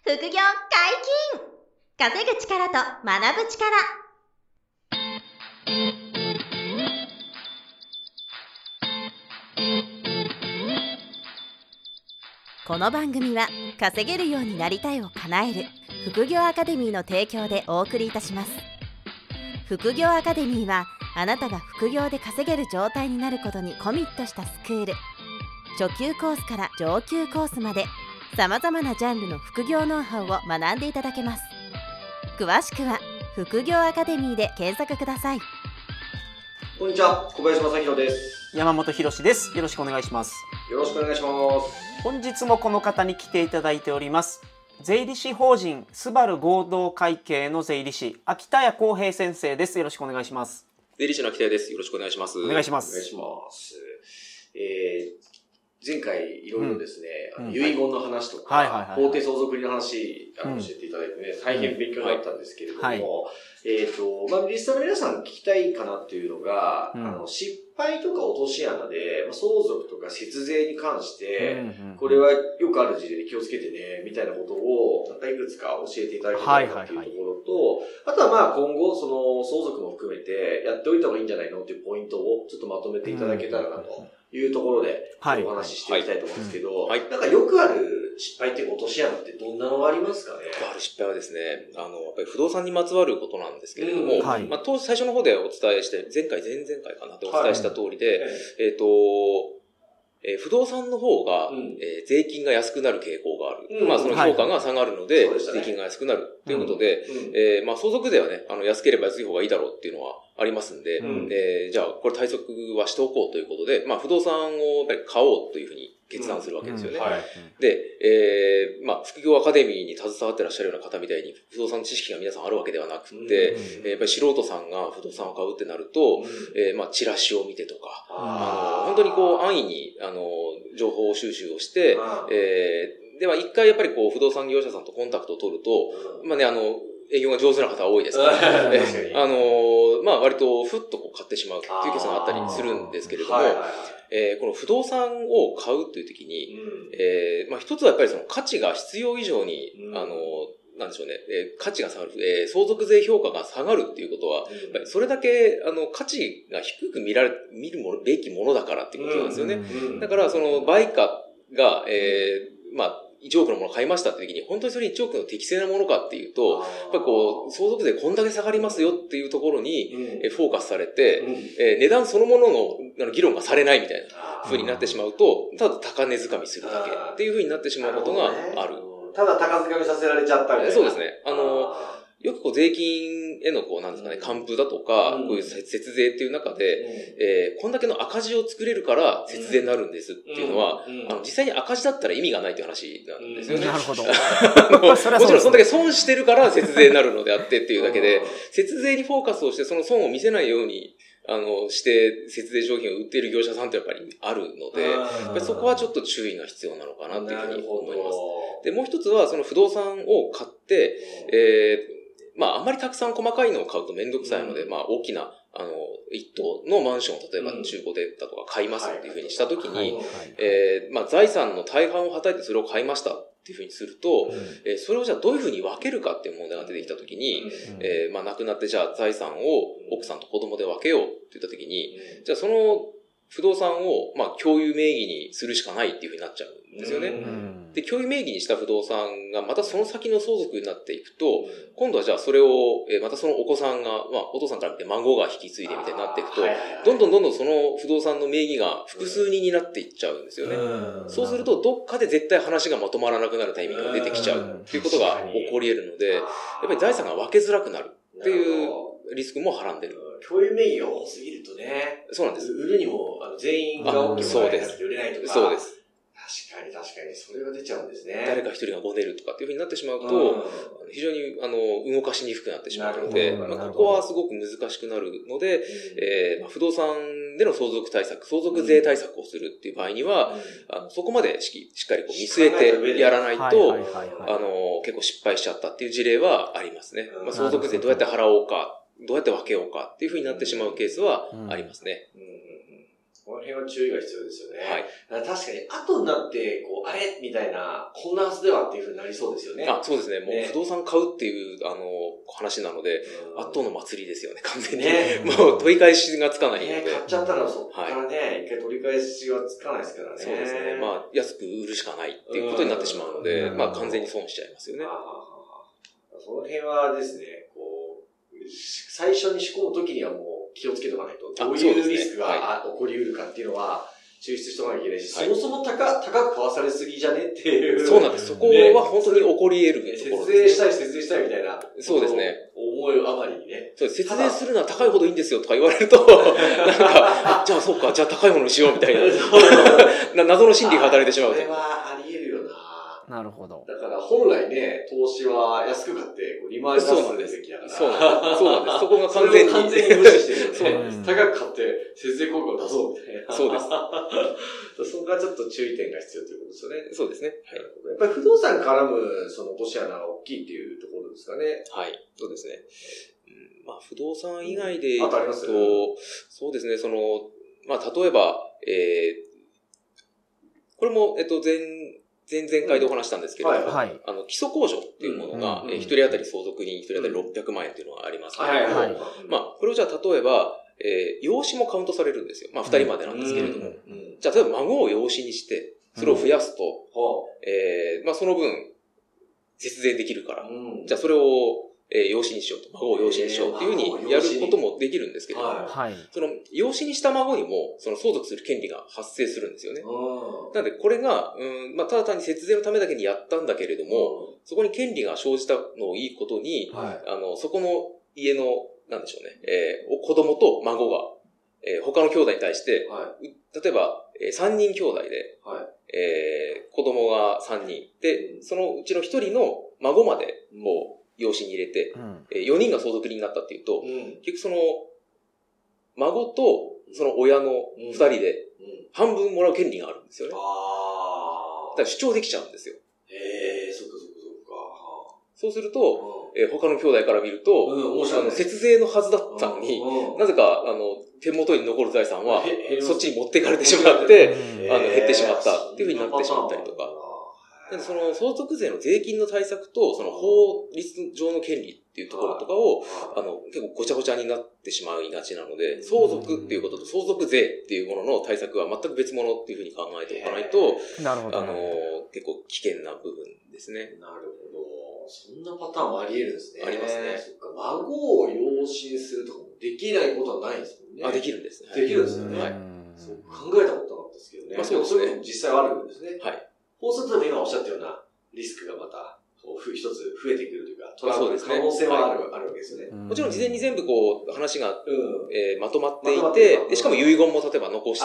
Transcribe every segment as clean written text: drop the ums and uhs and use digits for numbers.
副業解禁！稼ぐ力と学ぶ力。この番組は稼げるようになりたいを叶える副業アカデミーの提供でお送りいたします。副業アカデミーはあなたが副業で稼げる状態になることにコミットしたスクール。初級コースから上級コースまでさまざまなジャンルの副業ノウハウを学んでいただけます。詳しくは副業アカデミーで検索ください。 こんにちは、小林正弘です。 山本博です。よろしくお願いします。 よろしくお願いします。 本日もこの方に来ていただいております。税理士法人スバル合同会計の税理士秋田谷康平先生です。よろしくお願いします。 税理士の秋田谷です。よろしくお願いします。 お願いします。 お願いします。前回いろいろですね、遺言の話とか、法定相続人の話、教えていただいてね、大変勉強になったんですけれども、リスナーの皆さん聞きたいかなっていうのが、失敗とか落とし穴で、相続とか節税に関して、これはよくある事例で気をつけてね、みたいなことを、なんかいくつか教えていただけたらなっていうところと、あとは今後、その相続も含めて、やっておいた方がいいんじゃないのっていうポイントをちょっとまとめていただけたらなというところで、お話ししていきたいと思うんですけど、なんかよくある失敗っていうか落とし穴ってどんなのがありますかね？ よくある失敗はですね、やっぱり不動産にまつわることなんですけれども、当時最初の方でお伝えして、前々回かなってお伝えした通りで、不動産の方が、税金が安くなる傾向がある。その評価が下がるので、税金が安くなるということで、相続税はね、安ければ安い方がいいだろうっていうのはありますんで、じゃあ、これ対策はしておこうということで、不動産をやっぱり買おうというふうに決断するわけですよね。で、副業アカデミーに携わってらっしゃるような方みたいに、不動産知識が皆さんあるわけではなくて、やっぱり素人さんが不動産を買うってなると、チラシを見てとか、本当に安易に、情報収集をして、では一回やっぱり不動産業者さんとコンタクトを取ると、営業が上手な方多いですから、割とふっと買ってしまうっていうケースがあったりするんですけれども、この不動産を買うという時に、一つはやっぱりその価値が必要以上に、なんでしょうね、価値が下がる、相続税評価が下がるっていうことは、やっぱりそれだけ、価値が低く見るべきものだからっていうことなんですよね。だから、その、売価が、1億のものを買いましたって時に、本当にそれ1億の適正なものかっていうと、やっぱり相続税こんだけ下がりますよっていうところに、フォーカスされて、値段そのものの議論がされないみたいな風になってしまうと、ただ高値掴みするだけっていう風になってしまうことがある。 ただ高掴みさせられちゃったみたいな。 そうですね。よく税金へのなんですかね、還付だとか、こういう節税っていう中で、こんだけの赤字を作れるから節税になるんですっていうのは、実際に赤字だったら意味がないという話なんですよね。 なるほど。 もちろんそんだけ損してるから節税になるのであってっていうだけで、節税にフォーカスをしてその損を見せないように、して節税商品を売っている業者さんってやっぱりあるので、やっぱりそこはちょっと注意が必要なのかなっていうふうに思います。で、もう一つはその不動産を買って、あんまりたくさん細かいのを買うとめんどくさいので、大きな、一棟のマンションを例えば中古でだとか買いますっていうふうにしたときに、財産の大半をはたいてそれを買いましたっていうふうにすると、それをじゃあどういうふうに分けるかっていう問題が出てきたときに、亡くなってじゃあ財産を奥さんと子供で分けようって言ったときに、じゃあその不動産を共有名義にするしかないっていうふうになっちゃうんですよね。で、共有名義にした不動産がまたその先の相続になっていくと、今度はじゃあそれを、またそのお子さんが、お父さんから見て孫が引き継いでみたいになっていくと、どんどんその不動産の名義が複数人になっていっちゃうんですよね。そうすると、どっかで絶対話がまとまらなくなるタイミングが出てきちゃうっていうことが起こり得るので、やっぱり財産が分けづらくなるっていうリスクもはらんでる。 共有名義が多すぎるとね。 そうなんです。 売るにも、全員が大きくなって売れないとか。 そうです。 確かに、それが出ちゃうんですね。 誰か一人がごねるとかっていう風になってしまうと、非常に、動かしにくくなってしまうので、ここはすごく難しくなるので、不動産での相続対策、相続税対策をするっていう場合には、そこまでしっかり見据えてやらないと、結構失敗しちゃったっていう事例はありますね。相続税どうやって払おうか、どうやって分けようかっていう風になってしまうケースはありますね。 この辺は注意が必要ですよね。はい。確かに、後になって、こう、あれみたいな、こんなはずではっていう風になりそうですよね。 そうですね。もう不動産買うっていう、話なので、後の祭りですよね、完全に。もう取り返しがつかないので。 買っちゃったらそこからね、一回取り返しがつかないですからね。 そうですね。安く売るしかないっていうことになってしまうので、完全に損しちゃいますよね。 その辺はですね、こう、最初に仕込むときにはもう気をつけておかないと、どういうリスクが起こり得るかっていうのは、抽出しとかなきゃいけないし、そもそも高く買わされすぎじゃねっていう。 そうなんです。そこは本当に起こり得るところです。 節税したいみたいな。 そうですね。 思うあまりにね。 そう、節税するのは高いほどいいんですよとか言われると、なんか、じゃあそうか、じゃあ高いものにしようみたいな。謎の心理が働いてしまうと。 これはあり得るよな。 なるほど。 だから本来ね、投資は安く買って、利回り出すべきだから。 そうなんです。そこが完全に。 完全に無視してるよね。 そうなんです。 高く買って、節税効果を出そうみたいな。 そうです。 そこがちょっと注意点が必要ということですよね。 そうですね。はい。 やっぱり不動産絡む、その落とし穴が大きいっていうところですかね。 はい。そうですね。不動産以外で言うと、そうですね、例えば、これも、前々回でお話したんですけど、基礎控除っていうものが、一人当たり相続人一人当たり600万円っていうのがありますけど、これをじゃあ例えば、養子もカウントされるんですよ。2人までなんですけれども。じゃあ例えば孫を養子にして、それを増やすと、その分、節税できるから、じゃあそれを、養子にしようと、孫を養子にしようっていうふうにやることもできるんですけれども、その養子にした孫にもその相続する権利が発生するんですよね。なのでこれが、ただ単に節税のためだけにやったんだけれども、そこに権利が生じたのをいいことに、そこの家の、なんでしょうね、子供と孫が、他の兄弟に対して、例えば、3人兄弟で、子供が3人で、そのうちの1人の孫までを養子に入れて、4人が相続人になったっていうと、結局その、孫とその親の2人で、半分もらう権利があるんですよね。だから主張できちゃうんですよ。 そっか。 そうすると、他の兄弟から見ると、節税のはずだったのに、なぜか、手元に残る財産は、そっちに持っていかれてしまって、減ってしまったっていうふうになってしまったりとか。その相続税の税金の対策と、その法律上の権利っていうところとかを、結構ごちゃごちゃになってしまいがちなので、相続っていうことと相続税っていうものの対策は全く別物っていうふうに考えておかないと、結構危険な部分ですね。 なるほど。そんなパターンもあり得るんですね。 ありますね。 そっか、孫を養子にするとかもできないことはないですもんね。 できるんですね。 できるんですよね。はい。そう考えたことなかったですけどね。そうですね。そういうのも実際あるんですね。はい。そうすると今おっしゃったようなリスクがまた一つ増えてくるというか、トラブルの可能性はあるわけですよね。 もちろん事前に全部話が、まとまっていて、でしかも遺言も例えば残して、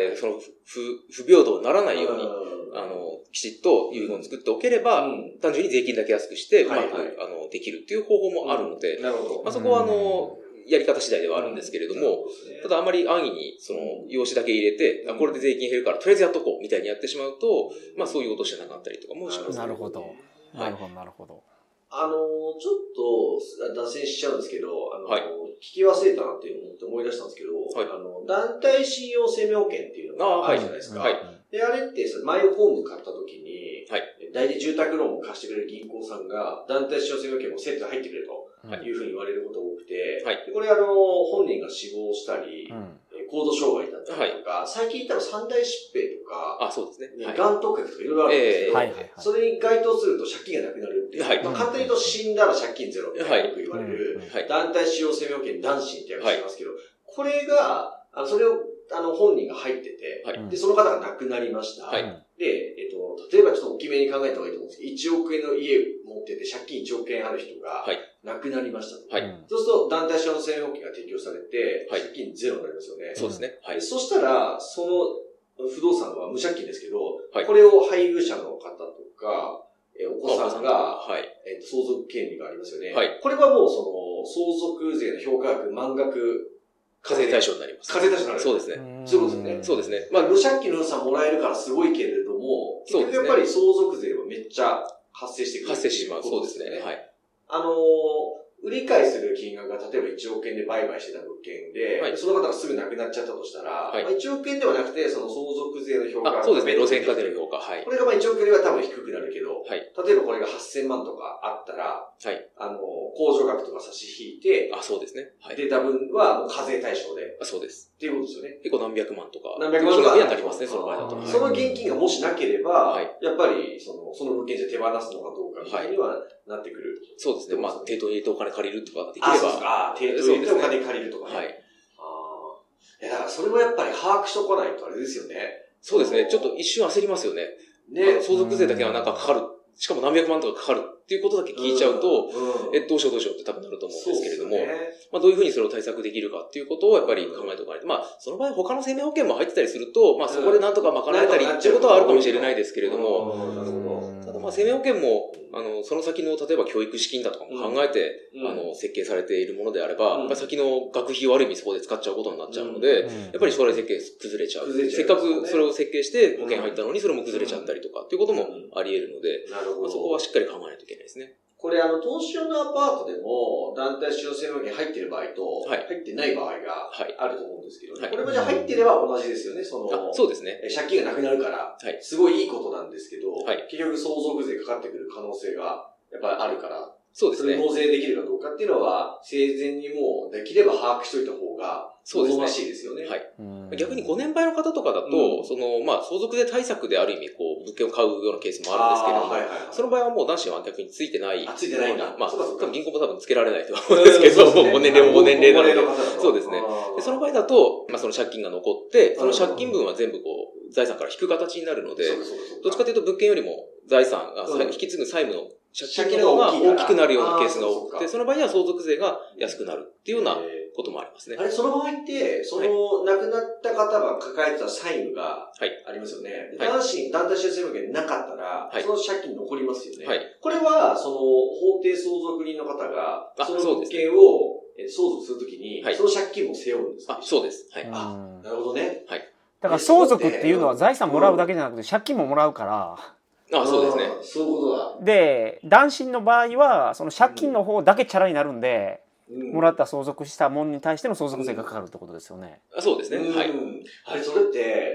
その不平等にならないように、きちっと遺言作っておければ、単純に税金だけ安くして、うまくできるっていう方法もあるので、そこはやり方次第ではあるんですけれども、ただあまり安易に、養子だけ入れて、これで税金減るから、とりあえずやっとこう、みたいにやってしまうと、そういう落とし穴があったりとかもします。 なるほど。なるほど。 ちょっと、脱線しちゃうんですけど、聞き忘れたなって思い出したんですけど、団体信用生命保険っていうのがあるじゃないですか。で、あれって、マイホーム買った時に、大体住宅ローンを貸してくれる銀行さんが、団体信用生命保険もセットで入ってくれというふうに言われることが多くて、でこれ本人が死亡したり、高度障害だったりとか、最近言ったら三大疾病とか、 そうですね。 がん特約とかいろいろあるんですけど、それに該当すると借金がなくなるっていう、簡単に言うと死んだら借金ゼロってよく言われる、団体使用生命保険男子って訳してますけど、これが、それを本人が入ってて、で、その方が亡くなりました。で、例えばちょっと大きめに考えた方がいいと思うんですけど、1億円の家持ってて借金1億円ある人が亡くなりましたと。そうすると団体使用生命保険が提供されて、借金ゼロになりますよね。 そうですね。 そしたら、その不動産は無借金ですけど、これを配偶者の方とか、お子さんが、相続権利がありますよね。これはもう相続税の評価額満額、 課税対象になります。 課税対象になる。 そうですね。 そういうことですね。 そうですね。 無借金の予算もらえるからすごいけれども、結局やっぱり相続税はめっちゃ発生してくる。 発生します。そうですね。はい。 売り買いする金額が例えば1億円で売買してた物件で、はい、その方がすぐ亡くなっちゃったとしたら、はい、1億円ではなくて、その相続税の評価。 そうですね、路線課税の評価。はい。 これが1億円よりは多分低くなるけど、はい、例えばこれが8000万とかあったら、はい、控除額とか差し引いて、 そうですね。 はい、出た分はもう課税対象で。 そうです。 っていうことですよね。 結構何百万とか。 何百万とか。 にはなりますね、その場合だと。 その現金がもしなければ、はい、やっぱり、その物件じゃ手放すのかどうかみたいにはなってくる。 そうですね。まあ、抵当入れてお金借りるとかできれば。 抵当入れてお金借りるとかね。はい。いや、だからそれもやっぱり把握しとかないとあれですよね。 そうですね。ちょっと一瞬焦りますよね。ね。相続税だけはなんかかかる。しかも何百万とかかかるっていうことだけ聞いちゃうと、どうしようって多分なると思うんですけれども、まあどういうふうにそれを対策できるかっていうことをやっぱり考えておかないと。まあその場合他の生命保険も入ってたりすると、まあそこでなんとか賄えたりっていうことはあるかもしれないですけれども、ただまあ生命保険も、その先の例えば教育資金だとかも考えて、設計されているものであれば、やっぱり先の学費をある意味そこで使っちゃうことになっちゃうので、やっぱり将来設計崩れちゃう。せっかくそれを設計して保険入ったのにそれも崩れちゃったりとかっていうこともあり得るので、そこはしっかり考えないといけないですね。 これ投資用のアパートでも団体使用生命保険入ってる場合と、入ってない場合があると思うんですけど、これもじゃあ入ってれば同じですよね。 そうですね。 借金がなくなるから、すごいいいことなんですけど、結局相続税かかってくる可能性がやっぱりあるから、 そうですね。 それ納税できるかどうかっていうのは、生前にもできれば把握しといた方が、望ましいですよね。はい。 逆にご年配の方とかだと、まあ、相続税対策である意味、物件を買うようなケースもあるんですけれども、その場合はもう男子は逆についてない。 ついてないんだ。 まあ、多分銀行も多分つけられないと思うんですけど、ご年齢もご年齢なので。そうですね。で、その場合だと、まあ、その借金が残って、その借金分は全部財産から引く形になるので、どっちかというと物件よりも財産が引き継ぐ債務の借金の方が大きくなるようなケースが多くて、その場合には相続税が安くなるっていうようなこともありますね。 その場合って、亡くなった方が抱えてた債務がありますよね。団体使用生命保険なかったら、その借金残りますよね。これは、法定相続人の方が、その物件を相続するときに、その借金も背負うんですか？ そうです。はい。 なるほどね。 はい。だから相続っていうのは財産もらうだけじゃなくて借金ももらうから、 そうですね。 そういうことだ。で、男子の場合は、その借金の方だけチャラになるんで、もらった相続したものに対しての相続税がかかるってことですよね。 そうですね。はい。 それって、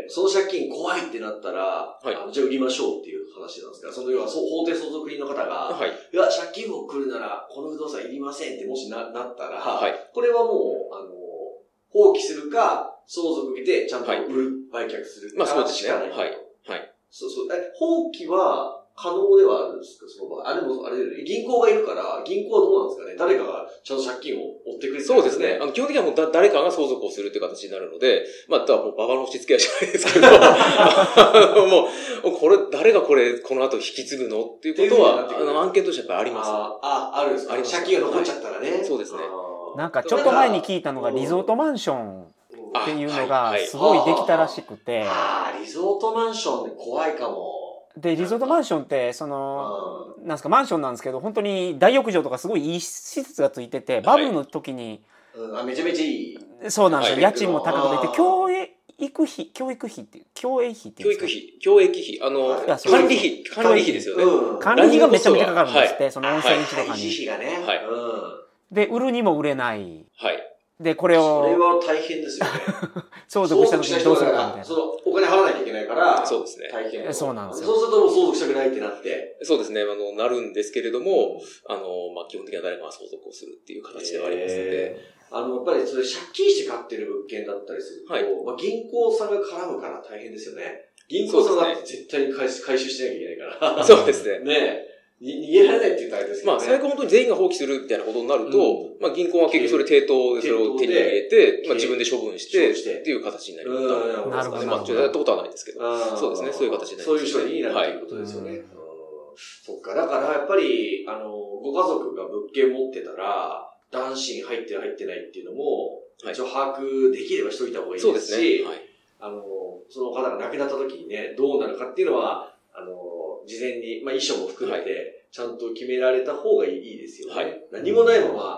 その借金怖いってなったら、じゃあ売りましょうっていう話なんですか？要は、法定相続人の方が、いや、借金も来るなら、この不動産いりませんってもしなったら、これはもう、放棄するか、相続受けて、ちゃんと売却するかしかない。はい。放棄は可能ではあるんですか？銀行がいるから、銀行はどうなんですかね？誰かがちゃんと借金を負ってくれる、 そうですね。基本的にはもう誰かが相続をするっていう形になるので、まあ、もうババの押し付け合いじゃないですけど、もう、誰がこの後引き継ぐのっていうことは、案件としてやっぱりあります。 あるんですか？借金が残っちゃったらね。 そうですね。 なんかちょっと前に聞いたのがリゾートマンションっていうのがすごいできたらしくて。 リゾートマンション怖いかも。 で、リゾートマンションって、なんすか、マンションなんですけど、本当に大浴場とかすごいいい施設がついてて、バブルの時に、 めちゃめちゃいい。 そうなんですよ。家賃も高くて、教育費っていう、教益費。管理費ですよね。管理費がめちゃめちゃかかるんですって、その温泉地とかに。 維持費がね。 で、売るにも売れない。 はい。 で、これを。 それは大変ですよね。 相続した時にどうするかみたいな。 お金払わなきゃいけないから、 そうですね。 大変。 そうなんですよ。 そうするともう相続したくないってなって。 そうですね。なるんですけれども、まあ、基本的には誰かが相続をするっていう形ではありますので。 やっぱりそれ借金して買ってる物件だったりすると、まあ、銀行さんが絡むから大変ですよね。銀行さんが絶対に回収しなきゃいけないから。 そうですね。 ね逃げられないって言ったらあれですけどね。 まあ、最悪本当に全員が放棄するみたいなことになると、まあ、銀行は結局それ抵当でそれを手に入れて、まあ、自分で処分して、っていう形になります。 なるほど。 まあ、やったことはないですけど。そうですね。そういう形になります。 そういう処理になるということですよね。そっか。だからやっぱり、ご家族が物件持ってたら、男子に入ってる入ってないっていうのも、一応把握できればしといた方がいいですし、その方が亡くなった時にね、どうなるかっていうのは、事前に、まあ、遺書も含めて、ちゃんと決められた方がいいですよね。何もないまま、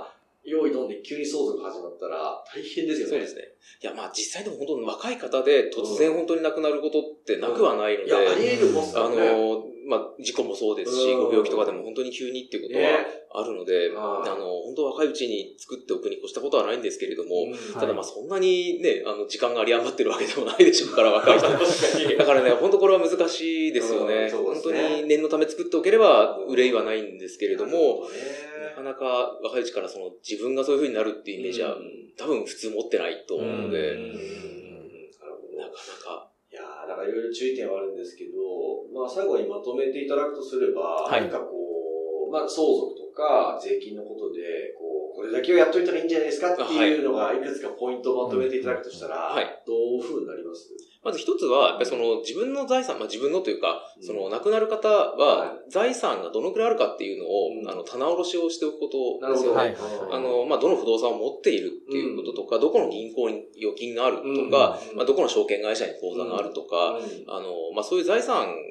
用意どんで急に相続始まったら大変ですよね。 そうですね。いや、実際でも本当に若い方で突然本当に亡くなることってなくはないので、 いや、あり得るもんですよね。 事故もそうですし、ご病気とかでも本当に急にっていうことはあるので、本当若いうちに作っておくに越したことはないんですけれども、ただそんなにね、時間が有り余ってるわけでもないでしょうから、若い人。だからね、本当これは難しいですよね。本当に念のため作っておければ憂いはないんですけれども、なかなか若いうちから自分がそういう風になるっていうイメージは多分普通持ってないと思うので、なかなか。 いやー、だからいろいろ注意点はあるんですけど、最後にまとめていただくとすれば、何か相続とか税金のことで、これだけをやっといたらいいんじゃないですかっていうのが、いくつかポイントをまとめていただくとしたら、どういう風になります？ まず一つは、自分の財産、自分のというか、亡くなる方は、財産がどのくらいあるかっていうのを、棚卸しをしておくことですよね。どの不動産を持っているっていうこととか、どこの銀行に預金があるとか、どこの証券会社に口座があるとか、そういう財産を、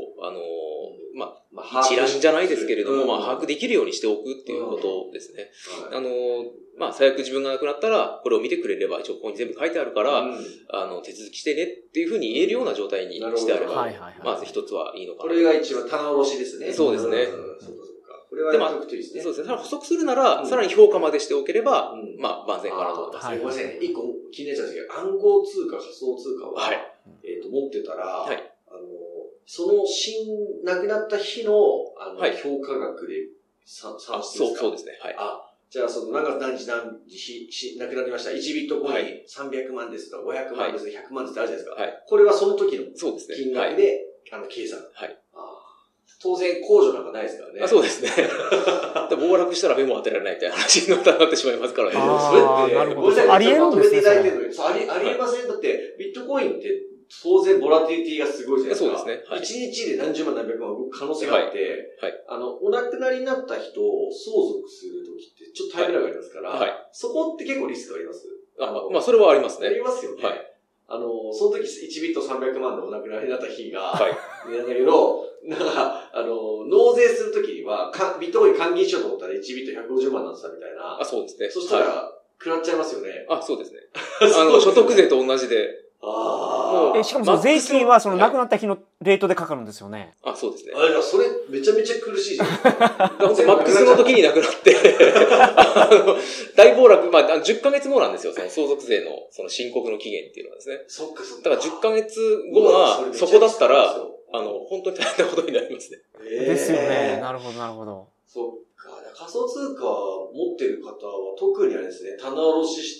一覧じゃないですけれども、把握できるようにしておくっていうことですね。最悪自分が亡くなったら、これを見てくれれば、一応ここに全部書いてあるから、手続きしてねっていうふうに言えるような状態にしてあれば、まず一つはいいのかな。 これが一番棚卸しですね。 そうですね。 これはやっておくといいですね。 そうですね。補足するなら、さらに評価までしておければ、万全かなと思います。 ごめんなさいね。一個気になっちゃうんですけど、暗号通貨、仮想通貨は、持ってたら、その亡くなった日の、評価額で算出ですか？ そうですね。 じゃあ、何月何日亡くなりました。1ビットコイン300万ですとか、500万ですとか、100万ですってあるじゃないですか。これはその時の金額で、計算。当然、控除なんかないですからね。 そうですね。暴落したら目も当てられないみたいな話になってしまいますからね。 それって、ごめんなさい、ありえるんですね。ありえません。だって、ビットコインって、当然、ボラティリティがすごいじゃないですか。 そうですね。 1日で何十万何百万動く可能性があって、お亡くなりになった人を相続するときって、ちょっとタイムラグがありますから、そこって結構リスクあります？ それはありますね。 ありますよね。その時1ビット300万でお亡くなりになった日が、なんだけど、納税するときには、ビットコイン換金しようと思ったら1ビット150万なんてたみたいな。 そうですね。 そしたら、食らっちゃいますよね。 そうですね。所得税と同じで。 しかもその税金は亡くなった日のレートでかかるんですよね。 そうですね。 それめちゃめちゃ苦しいじゃん。 マックスの時に亡くなって、大暴落、10ヶ月後なんですよ、相続税の申告の期限っていうのはですね。 そっか。 だから10ヶ月後がそこだったら、本当に大変なことになりますね。 ですよね。なるほど。 そっか。仮想通貨持ってる方は特にあれですね、棚卸しして、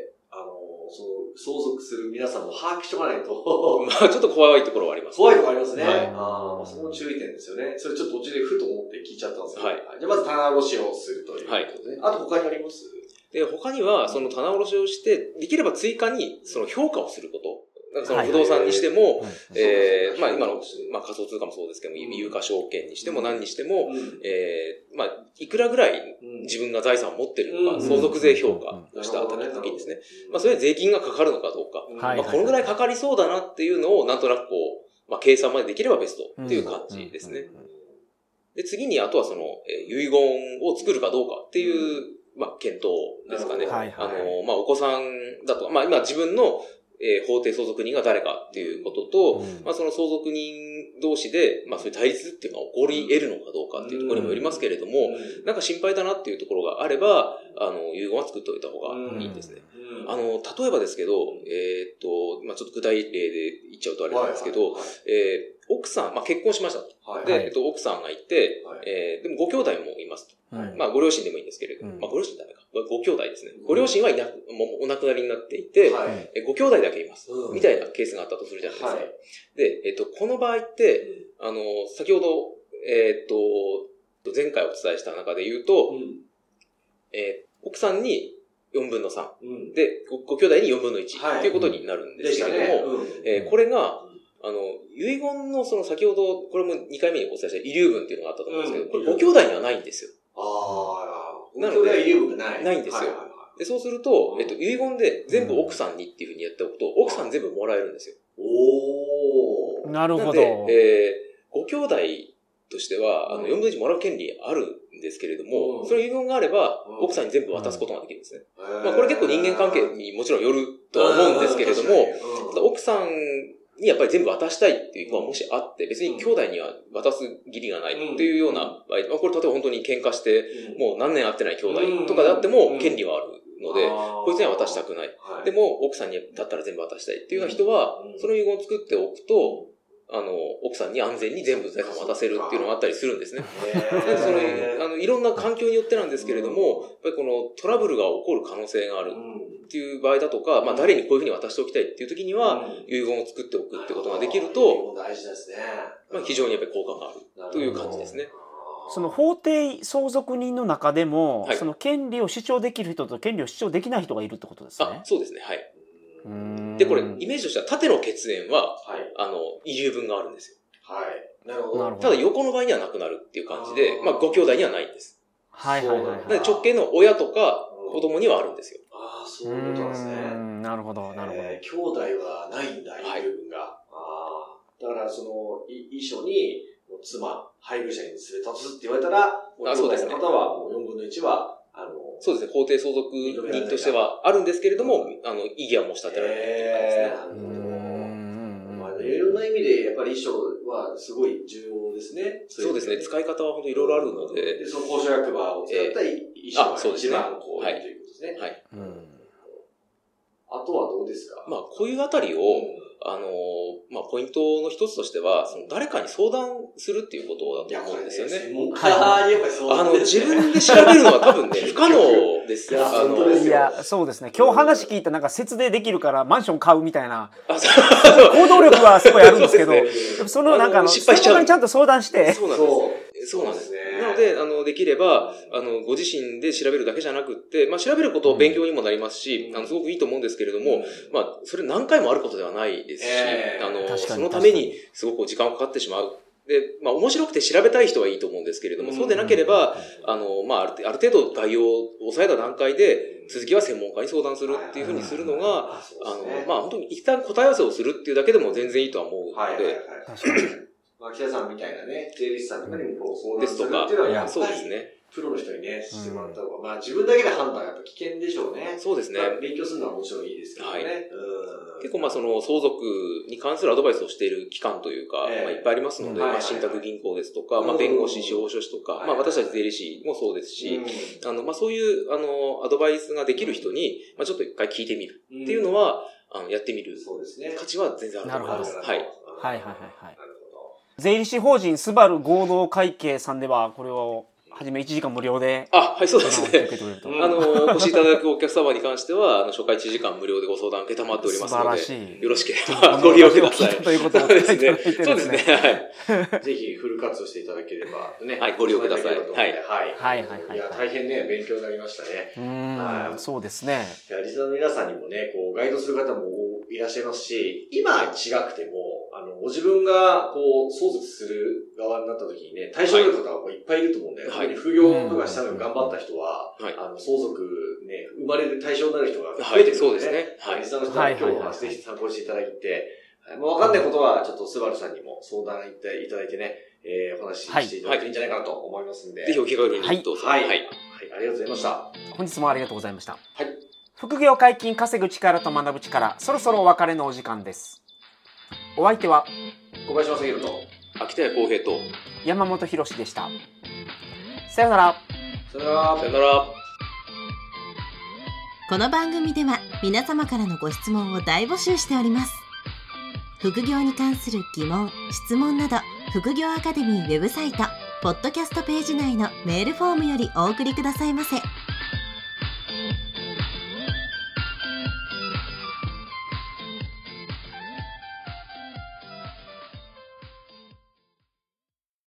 相続する皆さんも把握しとかないと。ちょっと怖いところはあります。 怖いところありますね。その注意点ですよね。それちょっと途中でふと思って聞いちゃったんですけど。じゃあまず棚卸しをするということですね。あと他にあります？ 他には、棚卸しをして、できれば追加に、評価をすること。不動産にしても、今の、仮想通貨もそうですけども、有価証券にしても何にしても、いくらぐらい自分が財産を持ってるのか、相続税評価をした時にですね、それで税金がかかるのかどうか、このぐらいかかりそうだなっていうのを、なんとなく計算までできればベストっていう感じですね。で、次に、あとは遺言を作るかどうかっていう、検討ですかね。お子さんだと、今自分の法定相続人が誰かっていうことと、その相続人同士で、そういう対立っていうのが起こり得るのかどうかっていうところにもよりますけれども、なんか心配だなっていうところがあれば、遺言は作っておいた方がいいんですね。例えばですけど、ちょっと具体例で言っちゃうとあれなんですけど、奥さん、結婚しましたと。で、奥さんがいて、でもご兄弟もいますと。ご両親でもいいんですけれど、ご両親ダメか。ご兄弟ですね。ご両親はもうお亡くなりになっていて、ご兄弟だけいます。みたいなケースがあったとするじゃないですか。で、この場合って、先ほど、前回お伝えした中で言うと、奥さんに4分の3。で、ご兄弟に4分の1。ということになるんですけれども、これが、遺言の先ほど、これも2回目にお伝えした遺留分っていうのがあったと思うんですけど、これご兄弟にはないんですよ。 なので、遺留分がない。 ないんですよ。で、そうすると、遺言で全部奥さんにっていうふうにやっておくと、奥さん全部もらえるんですよ。 なるほど。 なので、ご兄弟としては、4分の1もらう権利あるんですけれども、その遺言があれば、奥さんに全部渡すことができるんですね。まあこれ結構人間関係にもちろんよるとは思うんですけれども、奥さんにやっぱり全部渡したいっていう子がもしあって、別に兄弟には渡す義理がないっていうような場合、これ例えば本当に喧嘩して、もう何年会ってない兄弟とかであっても権利はあるので、こいつには渡したくない。でも奥さんにだったら全部渡したいっていうような人は、その遺言を作っておくと、奥さんに安全に全部財産を渡せるっていうのがあったりするんですね。いろんな環境によってなんですけれども、やっぱりこのトラブルが起こる可能性があるっていう場合だとか、まあ誰にこういうふうに渡しておきたいっていう時には、遺言を作っておくってことができると、 大事ですね。 まあ非常にやっぱり効果があるという感じですね。 その法定相続人の中でも、その権利を主張できる人と権利を主張できな人がいるってことですね。 そうですね。はい。で、これ、イメージとしては、縦の血縁は、遺留分があるんですよ。 はい。なるほど。 ただ、横の場合にはなくなるっていう感じで、まあ、ご兄弟にはないんです。 はいはいはい。 直系の親とか子供にはあるんですよ。 ああ、そういうことなんですね。 なるほど、なるほど。 兄弟はないんだ、遺留分が。だから、その、遺書に、妻、配偶者に連れ立つって言われたら、兄弟の方は、もう4分の1は、 そうですね。法定相続人としてはあるんですけれども、異議は申し立てられないという感じですね。 いろんな意味で、やっぱり遺書はすごい重要ですね。 そうですね。使い方は本当にいろいろあるので。 その公証役場を使った遺書が一番こういいということですね。はい。あとはどうですか？ まあ、こういうあたりを、まあ、ポイントの一つとしては、誰かに相談するっていうことだと思うんですよね。自分で調べるのは多分ね、不可能ですよ。 いや、そうですね。今日話聞いたなんか節税できるからマンション買うみたいな、行動力はすごいあるんですけど、そのなんか失敗しちゃう。 専門家にちゃんと相談して。 そうなんですね。なので、できれば、ご自身で調べるだけじゃなくって、まあ、調べることを勉強にもなりますし、すごくいいと思うんですけれども、まあ、それ何回もあることではないですし、そのためにすごく時間がかかってしまう。で、まあ、面白くて調べたい人はいいと思うんですけれども、そうでなければ、まあ、ある程度概要を抑えた段階で、続きは専門家に相談するっていうふうにするのが、まあ、本当に一旦答え合わせをするっていうだけでも全然いいとは思うので、 秋田さんみたいなね、税理士さんとかにも相談するっていうのはやっぱり、プロの人にね、してもらった方が、まあ自分だけで判断はやっぱ危険でしょうね。 そうですね。 勉強するのはもちろんいいですけどね。 結構まあその相続に関するアドバイスをしている機関というか、まあいっぱいありますので、まあ信託銀行ですとか、まあ弁護士、司法書士とか、まあ私たち税理士もそうですし、まあそういうアドバイスができる人に、まあちょっと一回聞いてみるっていうのは、やってみる価値は全然あると思います。はい。 はいはいはいはい。税理士法人スバル合同会計さんでは、これをはじめ1時間無料で。 はい、そうですね。お越しいただくお客様に関しては、初回1時間無料でご相談受けたまっておりますので、よろしければご利用ください。 ということですね。 そうですね。 はい。ぜひフル活用していただければね。 はい、ご利用ください。はい。 はいはい。いや、大変ね、勉強になりましたね。 そうですね。 リスナーの皆さんにもね、こう、ガイドする方もいらっしゃいますし、今違くても、ご自分が、こう、相続する側になった時にね、対象になる方がいっぱいいると思うんだよ。副業とかしたのに頑張った人は、相続ね、生まれる対象になる人が増えてくるので、そうですね。リスナーの人は今日はぜひ参考にしていただいて、わかんないことは、ちょっとスバルさんにも相談いただいてね、お話ししていただいていいんじゃないかなと思いますんで。 ぜひお気軽にどうぞ。 はい。ありがとうございました。 本日もありがとうございました。 はい。 副業解禁稼ぐ力と学ぶ力、そろそろお別れのお時間です。お相手は小林正弘と秋田屋浩平と山本博史でした。さよなら。 さよなら。 さよなら。 この番組では皆様からのご質問を大募集しております。副業に関する疑問・質問など、副業アカデミーウェブサイトポッドキャストページ内のメールフォームよりお送りくださいませ。